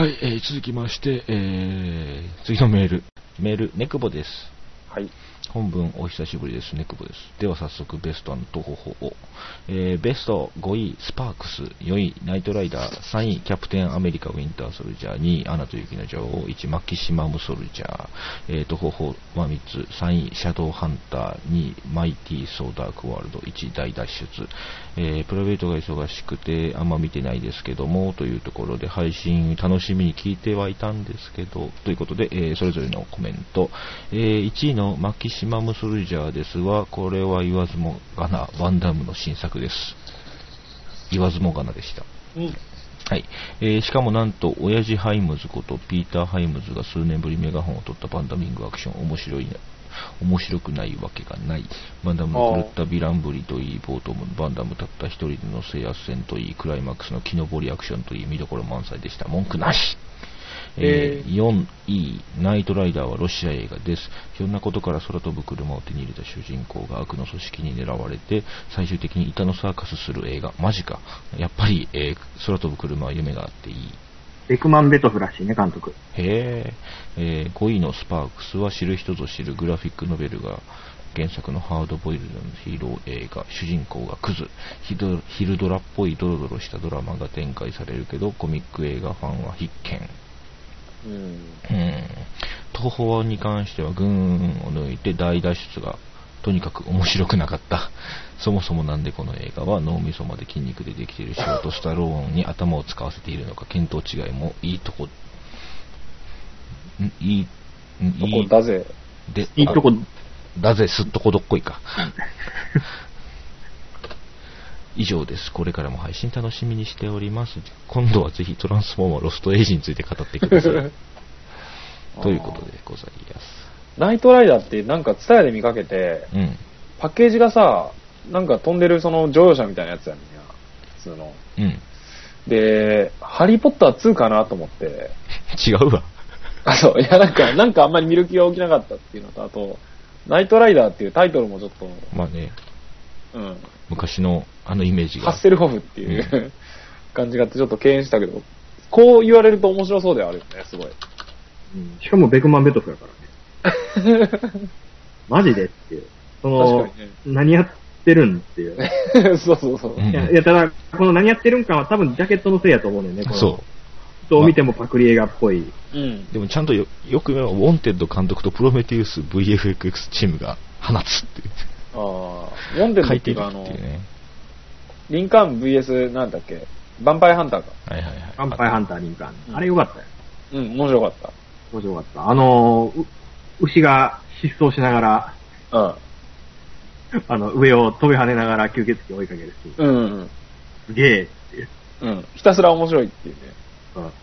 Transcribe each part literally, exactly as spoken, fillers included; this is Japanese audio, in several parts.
はい、えー、続きまして、えー、次のメール。メール、ネクボです。 はい。 本文お久しぶりです。ネクボです。では早速ベスト&方法を。えー、ベストごい、スパークス。よんい、ナイトライダー。さんい、キャプテンアメリカウィンターソルジャー。にい、アナと雪の女王。いち、マキシマムソルジャー。えーと、方法はみっつ。さんい、シャドウハンター。にい、マイティーソーダークワールド。いち、大脱出。えー、プライベートが忙しくてあんま見てないですけども、というところで配信楽しみに聞いてはいたんですけど、ということで、えー、それぞれのコメント。えー、いちいのマキシマムソルジャーですが、これは言わずもがな、バンダムの新作です。言わずもがなでした。 うん。 はい。えー、しかもなんと、親父ハイムズことピーター・ハイムズが数年ぶりメガホンを取ったバンダミングアクション、面白いね。面白くないわけがない。バンダムの狂ったヴィランぶりといい、冒頭もバンダムたった一人での制圧戦といい、クライマックスの木登りアクションといい、見どころ満載でした。文句なし。えー、よんい、ナイトライダーはロシア映画です。ひょんなことから空飛ぶ車を手に入れた主人公が悪の組織に狙われて、最終的に板のサーカスする映画。マジか。やっぱり、えー、空飛ぶ車は夢があっていい。 ベクマンベトフらしいね、監督。 へー、えー、ごいのスパークスは知る人ぞ知るグラフィックノベルが原作のハードボイルドのヒーロー映画。主人公がクズ。ヒドヒルドラっぽいドロドロしたドラマが展開されるけど、コミック映画ファンは必見。うん。うん。東宝に関しては群を抜いて大脱出がとにかく面白くなかった。そもそもなんでこの映画は脳みそまで筋肉でできているショートスタローンに頭を使わせているのか、見当違いもいいとこ、んいい、 いいとこだぜ。 で、 いいとこだぜ、すっとこどっこいか。以上です。これからも配信楽しみにしております。今度はぜひトランスフォーマーロストエイジについて語ってください。ということでございます。 ナイトライダーってなんかツタヤで見かけて、 うん、 パッケージがさ、なんか飛んでるその乗用車みたいなやつやねんや。普通の。 うん。 で、ハリーポッターツーかなと思って。 違うわ。 あ、そう。いや、なんか、なんかあんまり見る気が起きなかったっていうのと、あと、ナイトライダーっていうタイトルもちょっと。 まあね。 うん。 昔のあのイメージが。 ハッセルホフっていう、うん、感じがあってちょっと敬遠したけど、こう言われると面白そうではあるよね、すごい。 うん、しかもベクマンベトフやからね。マジでっていう。その、ね、何やってるんっていう。 そうそうそう。 いや、いやただ、この何やってるんかは多分ジャケットのせいやと思うねんね。 そう。 どう見てもパクリ映画っぽい。 うん。 でもちゃんと よ, よく言えば、ウォンテッド監督とプロメテウス ブイエフエックス チームが放つっていう。 ああ、ウォンテッドっていうかあの、ね、リンカーン ブイエス なんだっけ、ヴァンパイアハンターか。 はいはいはい。 ヴァンパイアハンターリンカーン。うん、あれよかったよ。 うん、面白かった。 面白かった。あのー、牛が疾走しながら、 うん。 あの、上を飛び跳ねながら吸血鬼を追いかけるし。 うん、うん。 すげえっていう。 うん。ひたすら面白いっていうね。 うん。はい。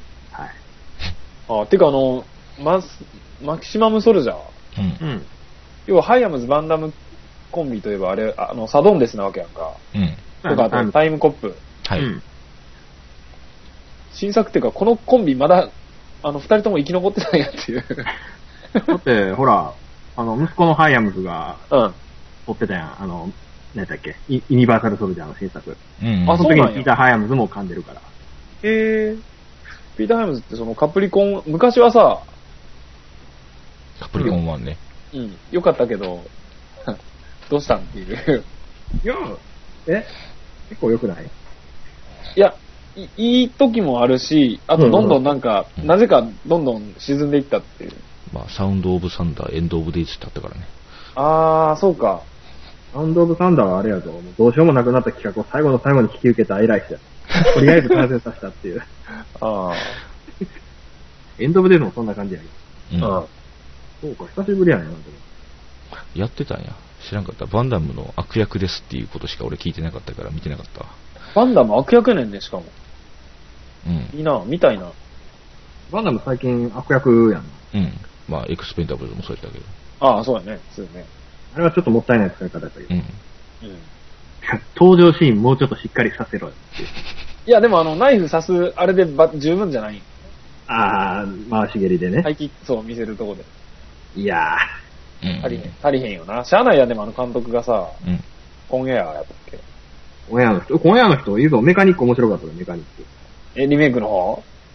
あ、てかあの、マス、マキシマムソルジャー。 うん。うん。 要は、ハイアムズ・バンダムコンビといえば、あれ、あの、サドンデスなわけやんか。 うん。 とか、あと、タイムコップ。 はい。うん、 新作っていうか、このコンビまだ、あの、二人とも生き残ってたんやっていう。 だって、ほら、あの、息子のハイアムズが、 うん。 撮ってたやん。あの、何だっけ、ユニバーサルソルジャーの新作。 うん。 あ、その時にピーター・ハイアムズも噛んでるから。 へえ。ピーター・ハイアムズってそのカプリコン、昔はさ、 カプリコンワンね。 うん。よかったけど、どうしたんっていう。 いや、え結構良くない？ いや、い, いい時もあるし、あとどんどんなんか、うんうん、なぜかどんどん沈んでいったっていう。 まあ、サウンドオブサンダー、エンドオブデイズってあったからね。 あー、そうか。 サウンドオブサンダーはあれやぞ。もうどうしようもなくなった企画を最後の最後に引き受けた偉い人や。とりあえず完成させたっていう。 あー。 エンドオブデイズもそんな感じやけど。 うん。 あそうか、久しぶりやねん。 やってたんや。知らんかった。バンダムの悪役ですっていうことしか俺聞いてなかったから見てなかった。 バンダム悪役やねんね、しかも。 うん。 いいな、みたいな。 バンダム最近悪役やん。 うん。まあ、エクスペンダブルもそうやったけど。 ああ、そうやね。そうね。 あれはちょっともったいない使い方だったけど。 うん。 うん。 登場シーンもうちょっとしっかりさせろよっていう。 いや、でもあの、ナイフ刺す、あれでば十分じゃない。 ああ、回し蹴りでね。 ハイキックそう見せるとこで。 いやー。 足りへん。足りへんよな。しゃあないや、でもあの監督がさ、 うん。 コンエアやったっけ。 コンエアの人、コンエアの人いるぞ。メカニック面白かったよ、メカニック。 え、リメイクの方？ い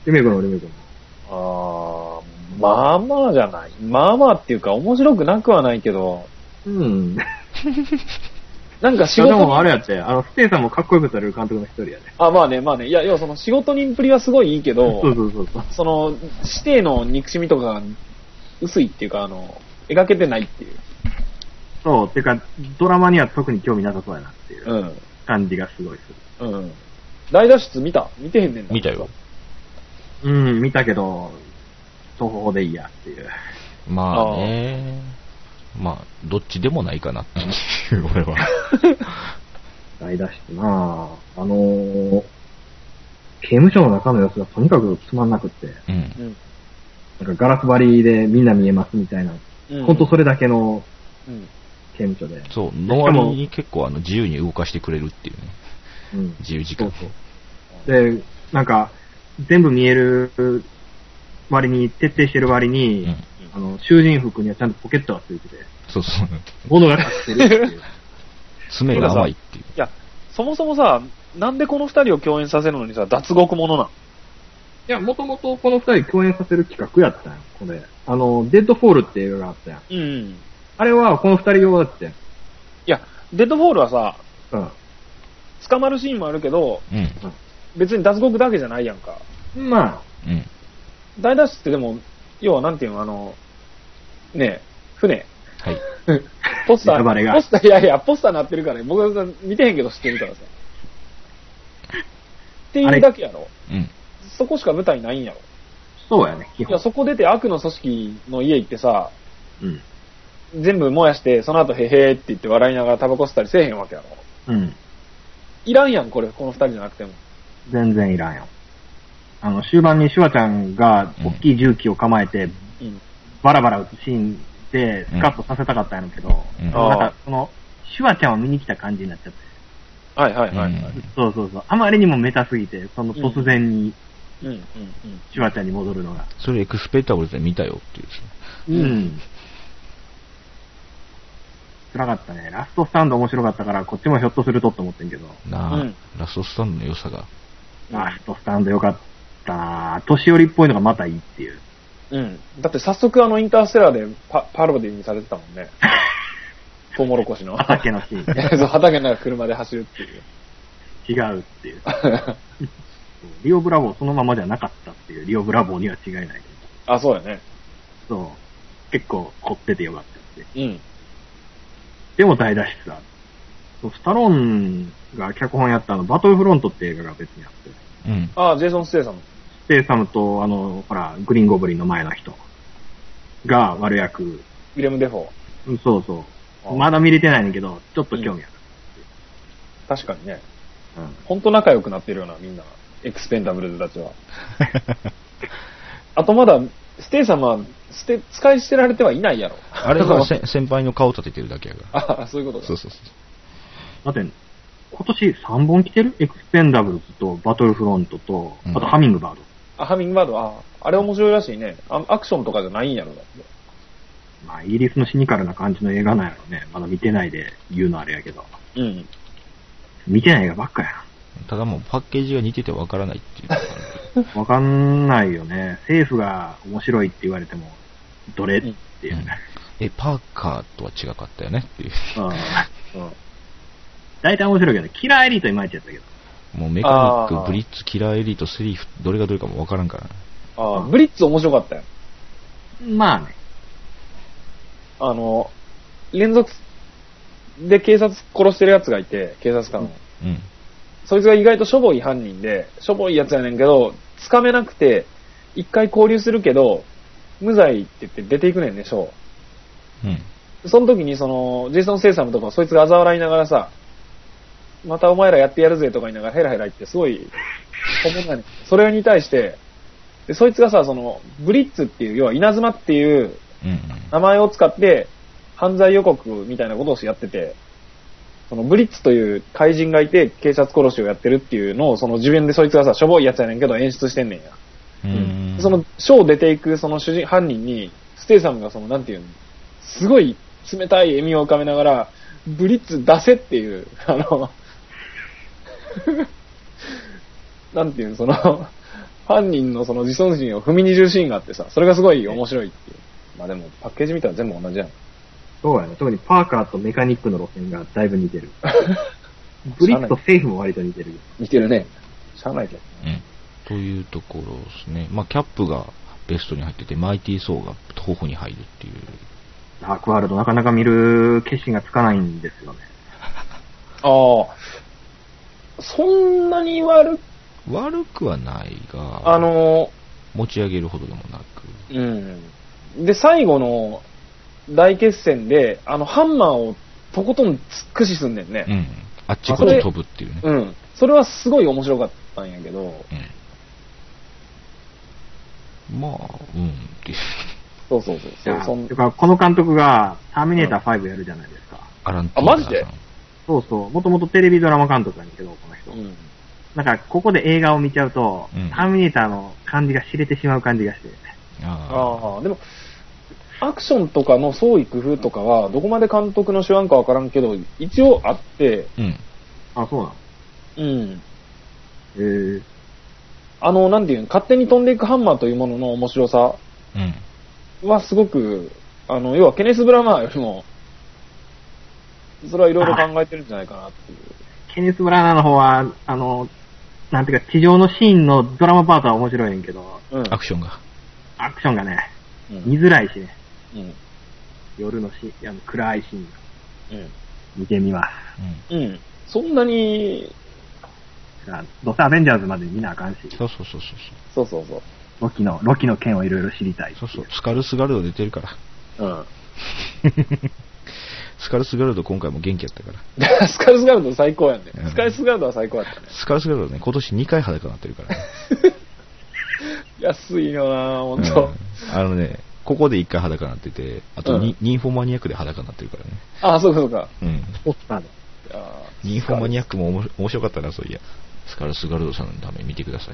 リメイクのリメイクの。 あー、まあまあじゃない。まあまあっていうか、面白くなくはないけど、 うん。 なんか仕で事に。 もあれやって、あの、ステイさんもかっこよくされる監督の一人やね。 あ、まあね、まあね。いや、要はその仕事人っぷりはすごいいいけど、 そうそうそうそう。 その、指定の憎しみとかが薄いっていうか、あの、描けてないっていう。 そう、てか、ドラマには特に興味なさそうやなっていううん。 感じがすごいする。 うん。大脱出見た見てへんねんな。 見たよ。 うん、見たけど、東方でいいやっていう。 まあね。まあ、どっちでもないかなっていう、俺は。 大脱出なぁ。あのー、刑務所の中の様子がとにかくつまんなくって、 うん。 うん。 なんかガラス張りでみんな見えますみたいな、 うん。 ほんとそれだけのうん。 刑務所で。 そう、の割に結構あの自由に動かしてくれるっていうね。 うん。 自由時間。 そうそうで、なんか、全部見える割に、徹底してる割に、 うん。 あの、囚人服にはちゃんとポケットがついてて、 そうそう。 物が隠せるっていう。 爪が甘いっていう。 いや、そもそもさ、なんでこの二人を共演させるのにさ、脱獄者なん？ いや、もともとこの二人共演させる企画やったんよ、これ。あの、デッドフォールっていう映画があったやん。 うん。 あれはこの二人用だってん。 いや、デッドフォールはさ、 うん。 捕まるシーンもあるけど、 うん。 別に脱獄だけじゃないやんか。 まあ、 うん。 大脱出ってでも、要はなんていうの、あの、ねえ、船。 はい。 ポスター、 ネタバレがポスター、いやいや、ポスターなってるから、僕は見てへんけど知ってるからさ。っていうだけやろ。 うん。 そこしか舞台ないんやろ。 そうやね、基本。 いや、そこ出て悪の組織の家行ってさ、 うん。 全部燃やして、その後へへーって言って笑いながらタバコ吸ったりせえへんわけやろ。 うん。 いらんやん、これ、この二人じゃなくても。 全然いらんよ。あの、終盤にシュワちゃんが大きい重機を構えて、 うん。 バラバラ撃つシーンでスカッとさせたかったんやろうけど、 うんなんか、その、シュワちゃんを見に来た感じになっちゃって。 はいはいはい。 うんそうそうそう。あまりにもメタすぎて、その突然にうん、うん、うん。 シュワちゃんに戻るのが。 それエクスペクタブルで見たよっていうですね。 うん。辛かったね。ラストスタンド面白かったから、こっちもひょっとするとって思ってんけど。 なあ、 うんラストスタンドの良さが。 ラストスタンドよかった。年寄りっぽいのがまたいいっていう。 うん。だって早速あのインターステラーでパパロディにされてたもんね。トウモロコシの。 畑のシーン。 そう、畑の中車で走るっていう。 違うっていう。リオブラボーそのままじゃなかったっていう、リオブラボーには違いないけど。 あ、そうやね。 そう。結構凝っててよかったって。 うん。 でも大脱出だ。そうスタローンが脚本やったあの、バトルフロントって映画が別にあって。 うん。 あ、ジェイソン・ステイサム。 ステイサムと、あの、ほら、グリーンゴブリンの前の人が悪役。 ウィレム・デフォー。 うんそうそあう。まだ見れてないねんけど、ちょっと興味ある。 確かにね。 うん。 ほんと仲良くなってるような、みんな。エクスペンダブルズたちは。あとまだ、ステイサムは、捨て、使い捨てられてはいないやろ。 あれはせ先輩の顔立ててるだけやから。 あ、そういうことか。 そうそうそう。 だって、今年さんぼん来てるエクスペンダブルズとバトルフロントと、 うんあとハミングバード。 あ、ハミングバード、あ、あれ面白いらしいね。あアクションとかじゃないんやろ、だって。 まあ、イギリスのシニカルな感じの映画なんやろね。まだ見てないで言うのあれやけど。 うん。 見てない映画ばっかやただもうパッケージが似ててわからないっていうのがある。 ん。わかんないよね。政府が面白いって言われても、どれっていうね。 え、パーカーとは違かったよねっていう。 うん。 うん。 大体面白いけど、キラーエリートいまいちやったけど。 もうメカニッあーク、ブリッツ、キラーエリート、セリフ、どれがどれかもわからんからね。 あ、ブリッツ面白かったよ。 まあね。 あの、連続で警察殺してるやつがいて、警察官を。 うん。 そいつが意外としょぼい犯人で、しょぼいやつやねんけど、掴めなくて、一回交流するけど、無罪って言って出ていくねんね、ショー。 うん。 その時にその、ジェイソン・セイサムとかそいつが嘲笑いながらさ、またお前らやってやるぜとか言いながらヘラヘラ言ってすごい、おもんないねん。それに対して、で、そいつがさ、その、ブリッツっていう、要は稲妻っていううん。うん。 名前を使って、犯罪予告みたいなことをやってて、そのブリッツという怪人がいて、警察殺しをやってるっていうのを、その自分でそいつがさ、しょぼいやつやねんけど演出してんねんや。 うん。 その、ショー出ていくその主人、犯人に、ステイサムがその、なんていうの、すごい冷たい笑みを浮かべながら、ブリッツ出せっていう、あの、なんていうの、その、 犯人のその自尊心を踏みにじるシーンがあってさ、それがすごい面白いっていう。まあでも、パッケージ見たら全部同じやん。 そうやね。特にパーカーとメカニックの路線がだいぶ似てる。ブリッツとセーフも割と似てる。 似てるね。しゃあないけど。 うん。というところですね。まあ、キャップがベストに入ってて、マイティー・ソーが頬に入るっていう。 ダークワールドなかなか見る決心がつかないんですよね。 ああ。そんなに悪く、 悪くはないが、 あのー、持ち上げるほどでもなく。 うん。で、最後の大決戦で、あの、ハンマーをとことん駆使すんねんね。 うん。あっちこっち飛ぶっていうね。 うん。それはすごい面白かったんやけど。 うん。まあ、うんっていう。 そうそうそうそう。そんてかこの監督がターミネーターファイブやるじゃないですか。 アラン・あ、マジで？ そうそう。もともとテレビドラマ監督なんだけど、この人。うん。なんか、ここで映画を見ちゃうと、うん、ターミネーターの感じが知れてしまう感じがして。 ああ、でも、アクションとかの創意工夫とかは、どこまで監督の手腕かわからんけど、一応あって、 うん。あ、そうなの？ うん。 へー。 あの、なんていうの、勝手に飛んでいくハンマーというものの面白さはすごく、あの、要はケネス・ブラマーよりも、それはいろいろ考えてるんじゃないかなっていう。 ケネス・ブラナーの方は、あの、なんていうか、地上のシーンのドラマパートは面白いねんけど、 うん、アクションが。 アクションがね、うん、見づらいしね。 うん、 夜のシーン、あの暗いシーン、 うん、 見てみます。 うん。うん。そんなに、 どうせアベンジャーズまで見なあかんし。 そうそうそうそう。 そうそうそう。 ロキの、ロキの件をいろいろ知りたい。 そうそう。スカルスガルド出てるから。 うん。 スカルスガルド今回も元気やったから。 スカルスガルド最高やんね。スカルスガルドは最高やったね。 スカルスガルドね、今年にかい裸になってるからね。 安いよなぁ、ほんと、 うん。あのね、ここでいっかい裸になってて、あとニ、うん、ニンフォマニアックで裸になってるからね。 ああ、そうかそうか。 うん。 おったね。 ニンフォマニアックもおも面白かったな、そういや。スカルスガルドさんのために見てください。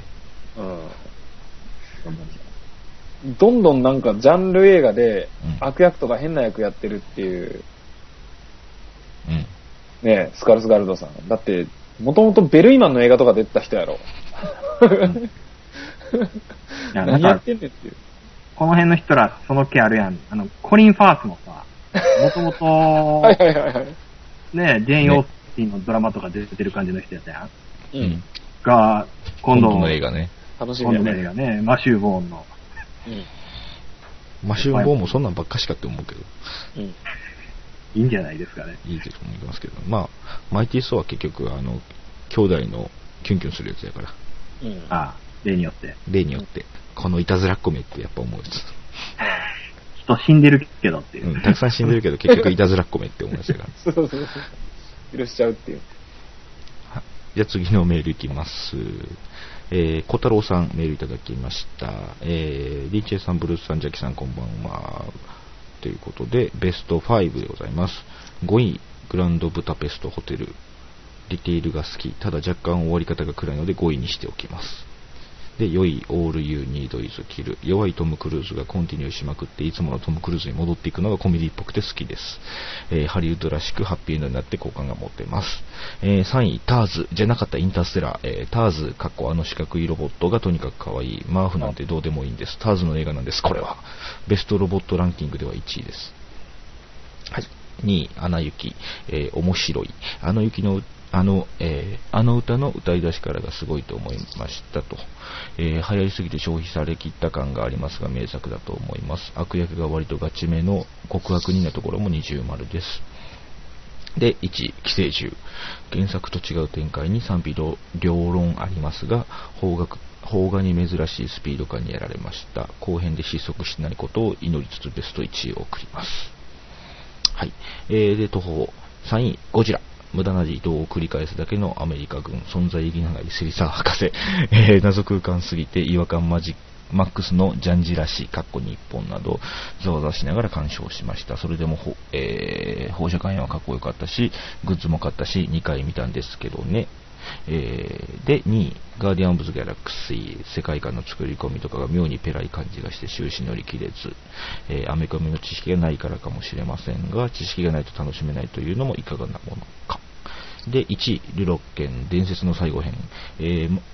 うん。どんどんなんかジャンル映画で悪役とか変な役やってるっていう。 うん。 ねえ、スカルスガルドさん。だって、もともとベルイマンの映画とか出てた人やろ。うん、何やってんねんっていう。 この辺の人ら、その気あるやん。あの、コリン・ファースもさ、もともと、 はいはいはいはい。 ねえ、ジェーン・オースティンのドラマとか出てる感じの人やったやん。 うん。 が、今度、 今度の映画ね。 楽しみやね。 今度の映画ね、マシュー・ボーンの。 うん。 マシュー・ボーンもそんなんばっかしかって思うけど。 うん。 いいんじゃないですかね。 いいと思いますけど。まあ、マイティー・ソーは結局、あの、兄弟のキュンキュンするやつやから。 うん。 ああ、例によって。 例によって。このいたずらっこめってやっぱ思うやつ。 人死んでるけどっていう。 うん、たくさん死んでるけど結局いたずらっこめって思うやつが。 そうそうそう。許しちゃうっていう。 じゃあ次のメールいきます。えー、小太郎さんメールいただきました。えー、リーチェさん、ブルースさん、ジャキさんこんばんは。ということで、ベストごでございます。ごい、グランドブタペストホテル。ディテールが好き。ただ若干終わり方が暗いのでごいにしておきます。で、良い、オールユーニードイズキル。弱いトム・クルーズがコンティニューしまくって、いつものトム・クルーズに戻っていくのがコメディっぽくて好きです。えー、ハリウッドらしくハッピーエンドになって好感が持っています。えー、さんい、ターズ。じゃなかったインターステラー。えー、ターズ、かっこあの四角いロボットがとにかく可愛い。マーフなんてどうでもいいんです。ターズの映画なんです、これは。ベストロボットランキングではいちいです。はい。にい、アナ雪。えー、面白い。あの雪のあの、えー、あの歌の歌い出しからがすごいと思いましたと、えー、流行りすぎて消費されきった感がありますが名作だと思います。悪役が割とガチめの極悪人なところも二重丸です。で、いち、寄生獣。原作と違う展開に賛否両論ありますが、邦楽邦画に珍しいスピード感にやられました。後編で失速しないことを祈りつつベストいちいを送ります。はい。えー、で、徒歩さんい、ゴジラ。無駄な移動を繰り返すだけのアメリカ軍、存在意義のない芹沢博士、えー、謎空間すぎて違和感マジマックスのジャンジらしい、かっこ日本など、ざわざわしながら鑑賞しました。それでも、えー、放射感はかっこよかったし、グッズも買ったし、にかい見たんですけどね。えー、で、にい、ガーディアン・オブ・ザ・ギャラクシー、世界観の作り込みとかが妙にペラい感じがして終始乗り切れず、えー、アメコミの知識がないからかもしれませんが、知識がないと楽しめないというのもいかがなものか。で、いちい、ルロッケン、伝説の最後編、えー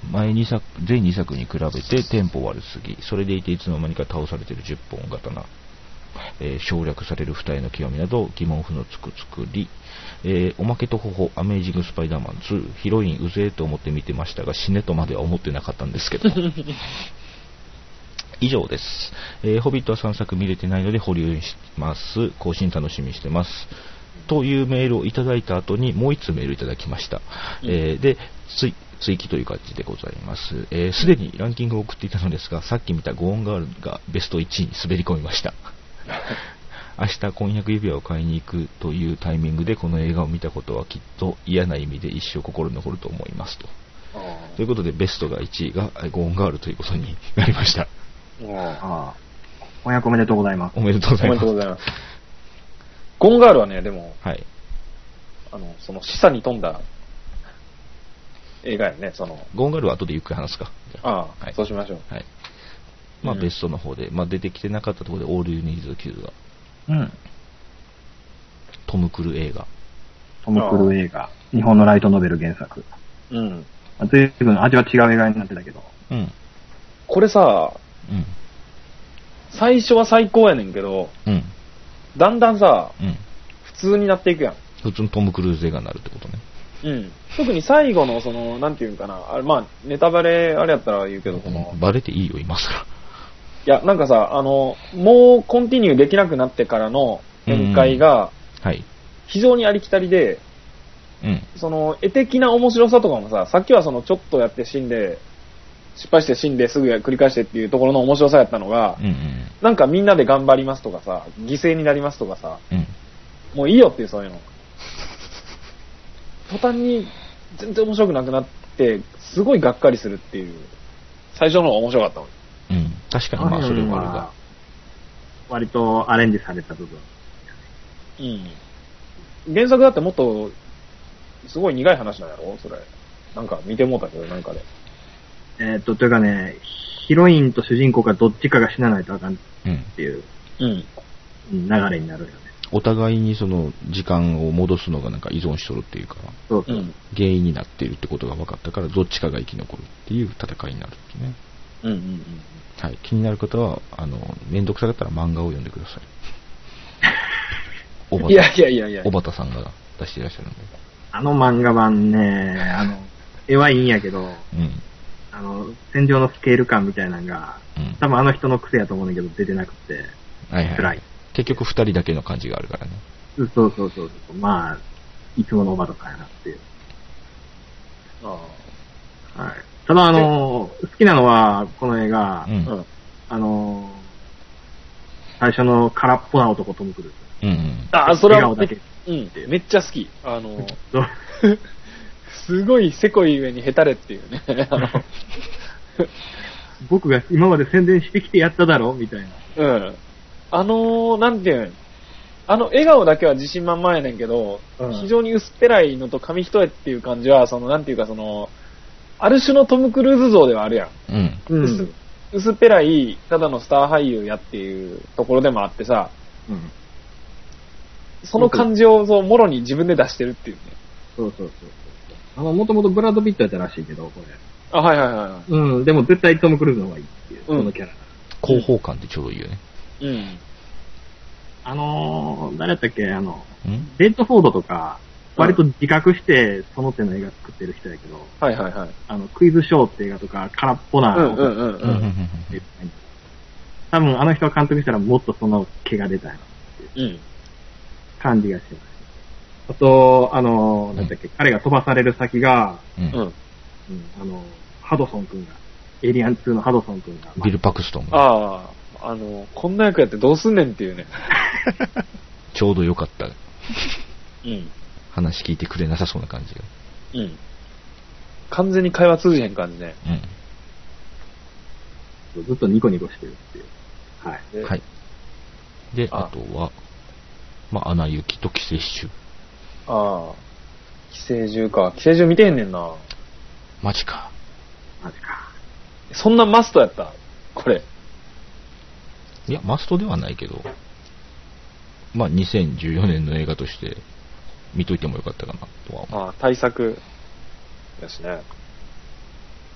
前にさく、全にさくに比べてテンポ悪すぎ、それでいていつの間にか倒されているじゅっぽん刀、えー、省略される二重の極みなど疑問符のつく作り、えー、おまけと頬、アメージングスパイダーマンツー、ヒロインうぜえと思って見てましたが死ねとまでは思ってなかったんですけど以上です、えー、ホビットはさんさく見れてないので保留します。更新楽しみにしてますというメールをいただいた後にもういっつメールいただきました、うん、えー、で追追記という感じでございます。すで、えー、にランキングを送っていたのですが、さっき見たゴーンガールがベストいちいに滑り込みました明日婚約指輪を買いに行くというタイミングでこの映画を見たことはきっと嫌な意味で一生心に残ると思いますと。ということでベストがいちいがゴーンガールということになりました。 ああ、婚約おめでとうございます。 おめでとうございます。 おめでとうございます。ゴーンガールはね、でも、 はい、 あのその示唆に富んだ映画やね。そのゴーンガールは後でゆっくり話すか。 ああ、はい、そうしましょう。 はい。まあ、うん、ベストの方で、まあ、出てきてなかったところで、オールユニーズキューが。 うん。 トム・クル映画。 トム・クル映画。日本のライトノベル原作。 うん。 随分味は違う映画になってたけど。 うん。 これさ、 うん。 最初は最高やねんけど、 うん。 だんだんさ、 うん。 普通になっていくやん。 普通のトム・クルーズ映画になるってことね。 うん。特に最後の、その、なんていうんかな。あれ、まあ、ネタバレ、あれやったら言うけど、この、 うん、バレていいよ、今更。いや、なんかさ、あの、もうコンティニューできなくなってからの展開が、 はい。 非常にありきたりで、 うん。 その、絵的な面白さとかもさ、さっきはその、ちょっとやって死んで、失敗して死んですぐ繰り返してっていうところの面白さやったのが、 うんうん、 なんかみんなで頑張りますとかさ、犠牲になりますとかさ、 うん、 もういいよっていうそういうの。途端に全然面白くなくなって、すごいがっかりするっていう、最初の方が面白かったのに。 うん、確かにまあそれもあるが。 割とアレンジされた部分。 うん。原作だってもっと、すごい苦い話なんやろそれ。なんか見てもうたけど、なんかで。 えー、っと、というかね、ヒロインと主人公がどっちかが死なないとあかんっていう、 うん、 流れになるよね。 お互いにその時間を戻すのがなんか依存しとるっていうか、 そうそう、 原因になっているってことが分かったから、どっちかが生き残るっていう戦いになるってね。 うんうんうん。 はい、気になる方は、あの、めんどくさかったら漫画を読んでください。おばたいやいやいやいや。 おばたさんが出していらっしゃるんで。 あの漫画版ね、あの、絵はいいんやけど、 うん。 あの、戦場のスケール感みたいなのが、うん、多分あの人の癖やと思うんだけど、出てなくて、 はいはい、 辛い。 結局二人だけの感じがあるからね。 そうそうそうそう。まあ、いつものおばとかやなっていう。 ああ。はい。ただあの、好きなのは、この映画、 うん、 あの、最初の空っぽな男トム・クルーズ。 うんうん。 あ、それは、 笑顔だけうん、めっちゃ好き。あの、すごいせこい上にヘタレっていうね。あの僕が今まで宣伝してきてやっただろみたいな。 うん。あのー、なんていうん、あの笑顔だけは自信満々やねんけど、うん、非常に薄っぺらいのと紙一重っていう感じは、その、なんていうかその、ある種のトム・クルーズ像ではあるやん。 うん。 薄、薄っぺらい、ただのスター俳優やっていうところでもあってさ、 うん。 その感じを、そう、もろに自分で出してるっていうね。 そうそうそう。あの、もともとブラッド・ピットやったらしいけど、これ。 あ、はいはいはい。 うん、でも絶対トム・クルーズの方がいいっていう、 うん、 このキャラ。 広報感ってちょうどいいよね。 うん。 あのー、誰やったっけ、あの、レッドフォードとか、割と自覚してその手の映画作ってる人やけど、 はいはいはい。 あの、クイズショーって映画とか、空っぽな、 うんうんうんうん。 多分あの人が監督したらもっとその毛が出たよっていう感じがします。あと、あの、なんだっけ、うん、彼が飛ばされる先が、 うん。うん、 あの、ハドソン君が、エイリアンツーのハドソン君が。 ビル・パクストンが。ああ、あの、こんな役やってどうすんねんっていうね。 ちょうどよかった。 うん。 話聞いてくれなさそうな感じが。 うん。完全に会話通じへん感じね。 うん。 ずっとニコニコしてるっていう。はい。 はい。で、あ, あとは、まあ、アナ雪と寄生虫。 ああ。寄生獣か。寄生獣見てへんねんな。 マジか。 マジか。 そんなマストやったこれ。 いや、マストではないけど、まあ、にせんじゅうよねんの映画として見といてもよかったかなとは思う。 ああ、対策だしね。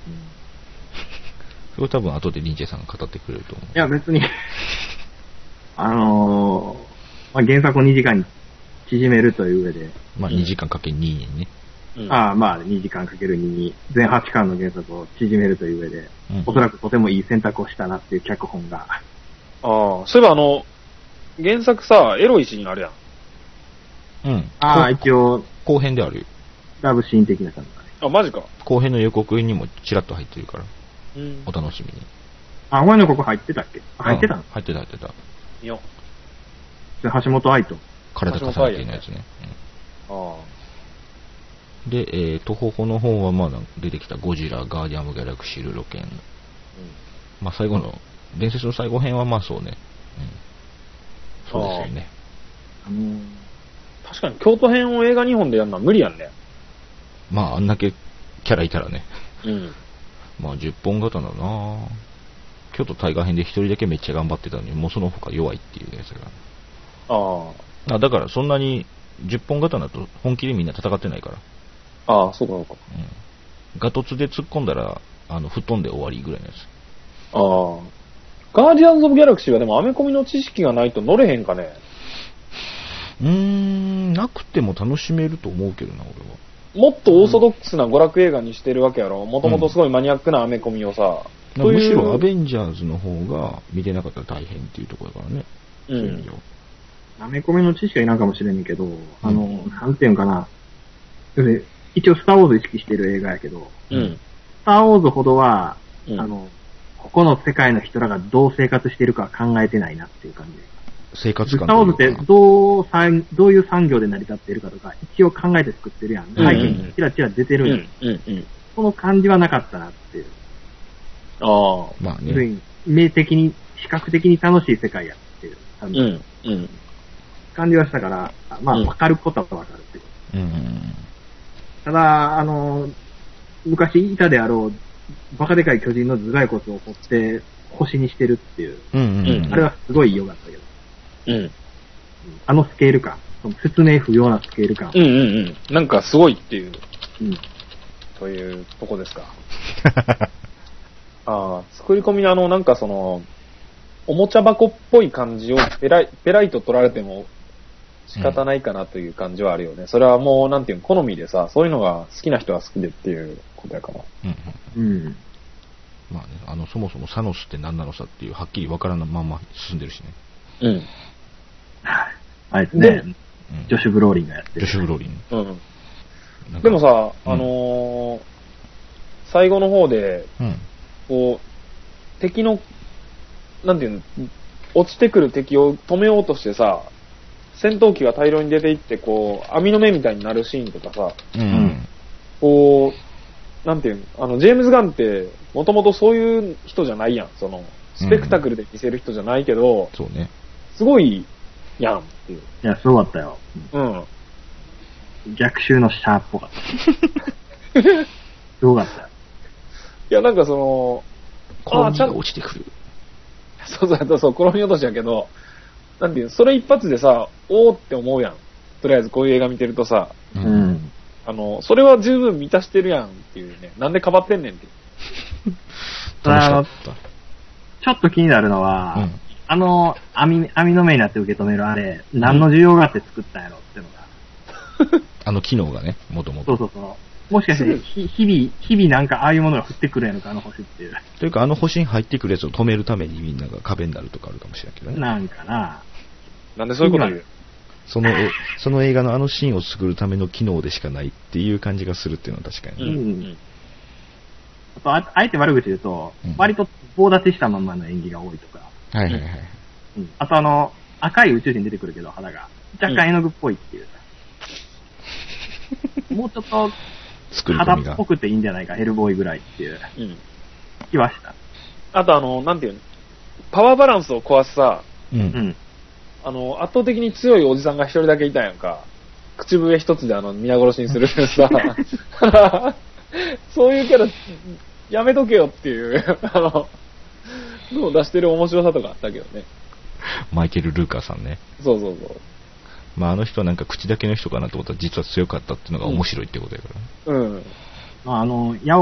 それ多分後でリンチェさんが語ってくれると思う。 いや、別に、あのー、まあ、原作をにじかんに縮めるという上で。 まあ、にじかんかけににね。 うん、ああ、まあ、にじかんかけるにに、全はちかんの原作を縮めるという上で、うん、おそらくとてもいい選択をしたなっていう脚本が。 ああ、そういえばあの、原作さ、エロいシーンあるやん。 うん。 ああ、一応。 後編であるよ。 ラブシーン的な感じだね。 あ、マジか。 後編の予告編にもチラッと入ってるから。うん。お楽しみに。 あ、お前のここ入ってたっけ？入ってたの、うん、 入ってた入ってた。 いや。 で、橋本愛と。 体重ねていないやつね。うん、ああ。で、えー、トホホの方はまあ出てきたゴジラ、ガーディアムギャラクシー、ルロケン。うん。まあ最後の、伝説の最後編はまあそうね。うん。そうですよね。 あのー、確かに京都編を映画にほんでやるのは無理やんね。 まああんだけキャラいたらね。 うん。まあじゅっぽん型だな京都大河編で一人だけめっちゃ頑張ってたのに、もうその他弱いっていうやつが。 ああ。 あだからそんなにじゅっぽん型だと本気でみんな戦ってないから。 ああ、そうかそうか。 うん。ガトツで突っ込んだら、あの、吹っ飛んで終わりぐらいのやつ。 ああ。ガーディアンズ・オブ・ギャラクシーはでもアメコミの知識がないと乗れへんかね。 うーん、なくても楽しめると思うけどな、俺は。 もっとオーソドックスな娯楽映画にしてるわけやろ。もともとすごいマニアックなアメコミをさ。 うん、むしろアベンジャーズの方が見てなかったら大変っていうところだからね。うん。そういう意味では。 アメコミの知識はいらんかもしれんけど、あの、うん、なんていうんかな。一応スターウォーズ意識してる映画やけど、 うん。 スターウォーズほどは、うん、あの、ここの世界の人らがどう生活してるかは考えてないなっていう感じ。 生活感スターウォーズってどう、どういう産業で成り立っているかとか、一応考えて作ってるやん。背景にチラチラ出てるやん。 うんうんうん、 その感じはなかったなっていう。 ああ。 まあね。 明的に、視覚的に楽しい世界やっていう感じ。 うんうん、 感じはしたから、まあ、わかることはわかるっていう。 うんうん、 ただ、あの、昔いたであろう、バカでかい巨人の頭蓋骨を掘って星にしてるっていう。 うんうんうん、 あれはすごい良かったけど。 うん。 あのスケール感。その説明不要なスケール感。 うんうんうん。なんかすごいっていう。 うん。 というとこですか。ああ、作り込みのあの、なんかその、おもちゃ箱っぽい感じをペライ、ペライと取られても仕方ないかなという感じはあるよね。うん、それはもう、なんていうの、好みでさ、そういうのが好きな人は好きでっていうことやから。 うん、うん。うん。まあね、あの、そもそもサノスって何なのさっていう、はっきりわからんまま進んでるしね。 うん。 あれですね、うん、ジョシュ・ブローリンがやってる。 ジョシュ・ブローリン。 うん。でもさ、あのーうん、最後の方で、 うん、 こう、敵の、なんていうの、落ちてくる敵を止めようとしてさ、戦闘機が大量に出ていって、こう、網の目みたいになるシーンとかさ、 うん、 こう、なんていうの、あの、ジェームズ・ガンって、もともとそういう人じゃないやん。その、スペクタクルで見せる人じゃないけど、 うん、そうね。 すごい、やんっていう。 いや、すごかったよ。 うん。 逆襲のシャーっぽかった。すごかった。 いや、なんかその、 コロニーが落ちてくる。 そうそうそう、コロニー落としやけど、なんていう、それ一発でさ、おーって思うやん。とりあえずこういう映画見てるとさ、 うん。 あの、それは十分満たしてるやんっていうね。なんでかばってんねんって。 あの、ちょっと気になるのは、うん、あの、網、網の目になって受け止めるあれ、何の需要があって作ったんやろってのが。 あの機能がね、もともと。 そうそうそう。もしかして、ひ日々、日々なんかああいうものが降ってくるやのか、あの星っていう。 というか、あの星に入ってくるやつを止めるためにみんなが壁になるとかあるかもしれないけどね。 なんかな。 なんでそういうこと言う？ その、その映画のあのシーンを作るための機能でしかないっていう感じがするっていうのは確かに。 うん。うん、 あ, あえて悪口言うと、うん、割と棒立ちしたままの演技が多いとか。 はいはいはい。 うん、あとあの、赤い宇宙人出てくるけど、肌が。若干絵の具っぽいっていう。うん、もうちょっと、肌っぽくていいんじゃないか、ヘルボーイぐらいっていう、 うん、 気はした。 あとあの、なんていうの、パワーバランスを壊すさ、 うん。 あの、圧倒的に強いおじさんが一人だけいたやんか。口笛一つであの、皆殺しにするさ。そういうキャラ、やめとけよっていう、あの、のを出してる面白さとかあったけどね。 マイケル・ルーカーさんね。 そうそうそう。 まああの人はなんか口だけの人かなと思ったら実は強かったっていうのが面白いってことやから、 ね。うん。 まああの、矢を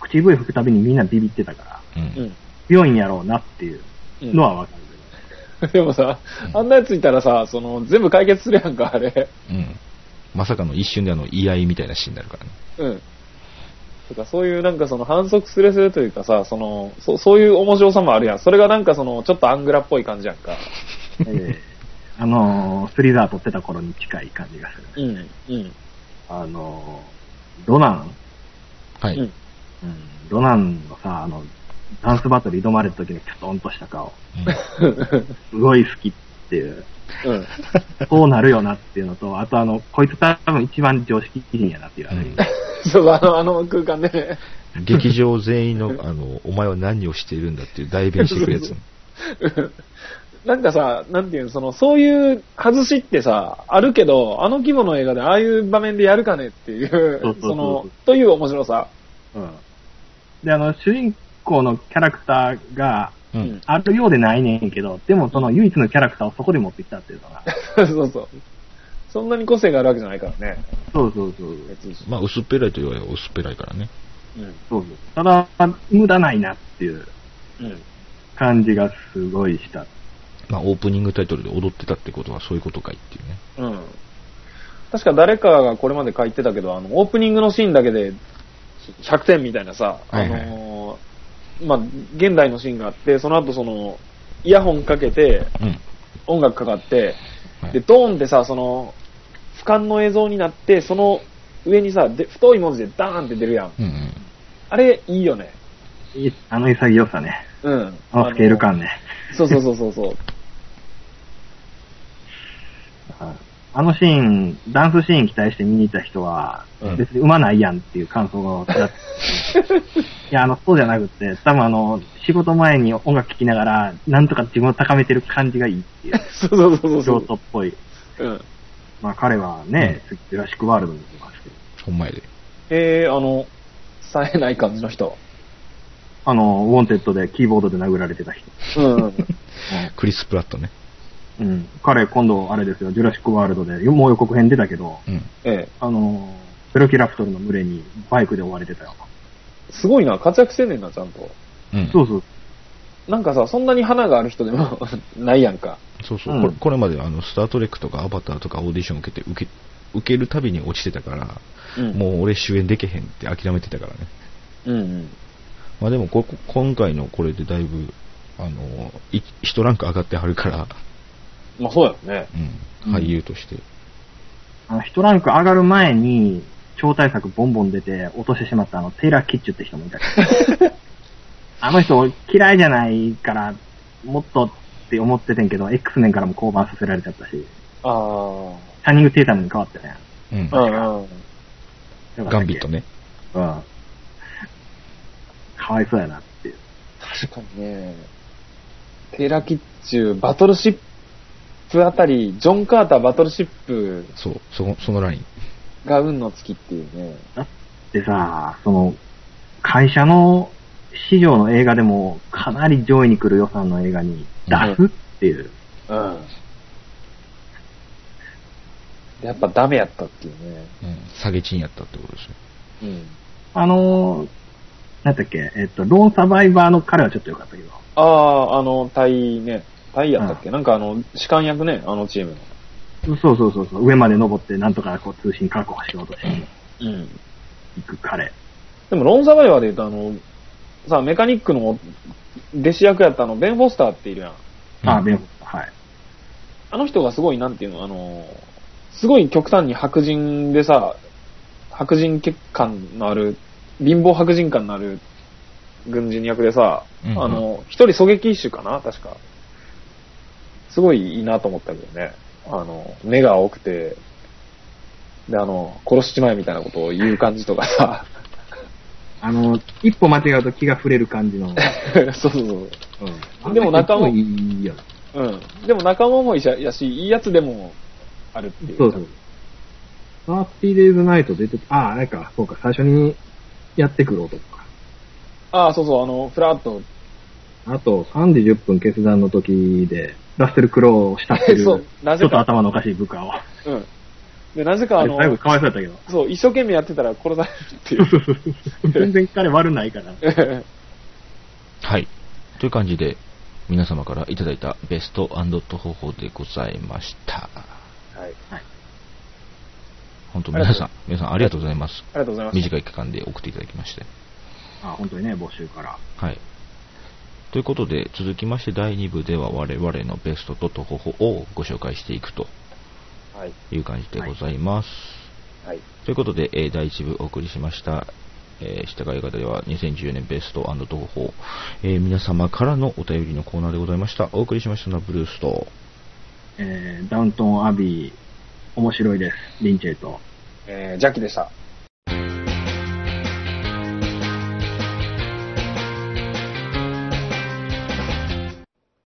口笛吹くたびにみんなビビってたから、うん、強いんやろうなっていうのはわかるけど、うん、でもさ、あんなやついたらさ、その全部解決するやんか、あれ。 うん。まさかの一瞬であの、言い合いみたいなシーンになるからね。 うん。とかそういうなんかその反則スレスレというかさ、その、そそういう面白さもあるやん。それがなんかその、ちょっとアングラっぽい感じやんか。 えー、あのー、スリザー撮ってた頃に近い感じがする。 うん。うん。 あのー、ドナンはい。うん。 ドナンのさ、あの、ダンスバトル挑まれた時のキョトンとした顔。うん、すごい好きっていう。うん。そうなるよなっていうのと、あとあの、こいつ多分一番常識人やなっていう、うん。 そう、あの、あの空間で、ね。 劇場全員の、あの、お前は何をしているんだっていう代弁してくるやつ。 なんかさ、なんていうの、その、そういう外しってさ、あるけど、あの規模の映画でああいう場面でやるかねっていう、そうそうそうそう、その、という面白さ。 うん。で、あの、主人公のキャラクターが、うん、あるようでないねんけど、でもその唯一のキャラクターをそこで持ってきたっていうのが。 そうそう。そんなに個性があるわけじゃないからね。 そうそうそう。 まあ、薄っぺらいと言われば薄っぺらいからね。 うん。そうそう。ただ、無駄ないなっていう感じがすごいした。 まあ、オープニングタイトルで踊ってたってことはそういうことかいっていうね。うん。確か誰かがこれまで書いてたけど、あの、オープニングのシーンだけでひゃくてんみたいなさ、はいはい、あのー、まあ、現代のシーンがあって、その後その、イヤホンかけて、うん、音楽かかって、はい、で、ドーンってさ、その、俯瞰の映像になって、その上にさ、で太い文字でダーンって出るやん。うんうん、あれ、いいよね。 いい、あの潔さね。うん。あのスケール感ね。 そうそうそうそうそう。 あのシーン、ダンスシーン期待して見に行った人は、うん、別にうまないやんっていう感想が、いや、あの、そうじゃなくて、多分あの、仕事前に音楽聴きながら、なんとか自分を高めてる感じがいいっていう。 そうそうそうそう。 京都っぽい。うん。まあ彼はね、うん、ジュラシックワールドに出ますけど。 ほんまやで。 えー、あの、冴えない感じの人。 あの、ウォンテッドでキーボードで殴られてた人。うん、うん。 クリス・プラットね。 うん。彼、今度、あれですよ、ジュラシックワールドで、もう予告編出たけど、うん、ええ。あの、ベロキラプトルの群れにバイクで追われてたよ。 すごいな、活躍してんねんな、ちゃんと。 うん。そうそう。 なんかさ、そんなに花がある人でもないやんか。 そうそう。うん、これ、これまであの、スタートレックとかアバターとかオーディション受けて、受け、受けるたびに落ちてたから、うん、もう俺主演できへんって諦めてたからね。うんうん。まあでもこ、今回のこれでだいぶ、あの、一ランク上がってはるから、 まあそうやね。 うん。俳優として。 あの、一ランク上がる前に、超大作ボンボン出て落としてしまったあの、テイラー・キッチュって人もいたけど。あの人嫌いじゃないから、もっとって思っててんけど、X メンからも降板させられちゃったし。ああ。チャニング・テイタムに変わったね。うん。うんうん。ガンビットね。うん。 かわいそうやなっていう。 確かにね。テイラー・キッチュ、バトルシップあたり、ジョン・カーターバトルシップ。 そう、その、そのライン。 が運の月っていうね。 だってさ、その、会社の市場の映画でもかなり上位に来る予算の映画に出すっていう。うん。うん、 やっぱダメやったっていうね。 うん。下げチンやったってことですよ。 うん。あのー、なんだっけ、えっと、ローンサバイバーの彼はちょっと良かったけど。 ああ、あの、タイね。タイやったっけ、うん、なんかあの、士官役ね、あのチームの。そうそうそうそう。上まで登ってなんとかこう通信確保しようとして。うん。行く彼。 でも、ローンサバイバーで言うとあの、さ、メカニックの弟子役やったあの、ベン・フォスターっているやん。 うん、ああ、ベン・フォスター、はい。 あの人がすごい、なんていうの、あの、すごい極端に白人でさ、白人血感のある、貧乏白人感のある軍人役でさ、うんうん、あの、一人狙撃手かな確か。すごいいいなと思ったけどね。あの、目が青くて、で、あの、殺しちまえみたいなことを言う感じとかさ。 あの、一歩間違うと気が触れる感じの。 そうそうそう。うん。でも仲間もいいよ。うん。でも仲間もいいやし、いいやつでもあるっていう。そうそう。 サーティーデイズナイト出て、ああ、あれか、そうか、最初にやってくる男か。 ああ、そうそう、あの、フラッと。 あと、さんじじゅっぷん決断の時で、ラッセル・クロウを慕ってる、そうちょっと頭のおかしい部下を。うん。 で、なぜかあの、 最後かわいそうだったけど。 そう、一生懸命やってたら殺されるっていう。 全然彼悪ないから。 はい。という感じで、皆様からいただいたベストアンドト方法でございました。 はい。はい。 本当皆さん、皆さんありがとうございます。 ありがとうございます。 短い期間で送っていただきまして。 あ、本当にね、募集から。 はい。ということで、続きましてだいに部では我々のベストと徒歩をご紹介していくという感じでございます。 はい。はい、 ということで、えー、だいいち部お送りしました、えー、従い方ではにせんじゅうよねんベスト&徒歩、えー、皆様からのお便りのコーナーでございました。お送りしましたのはブルースと、 えー、ダウントンアビー、面白いです。リンチェイと、 えー、ジャッキでした。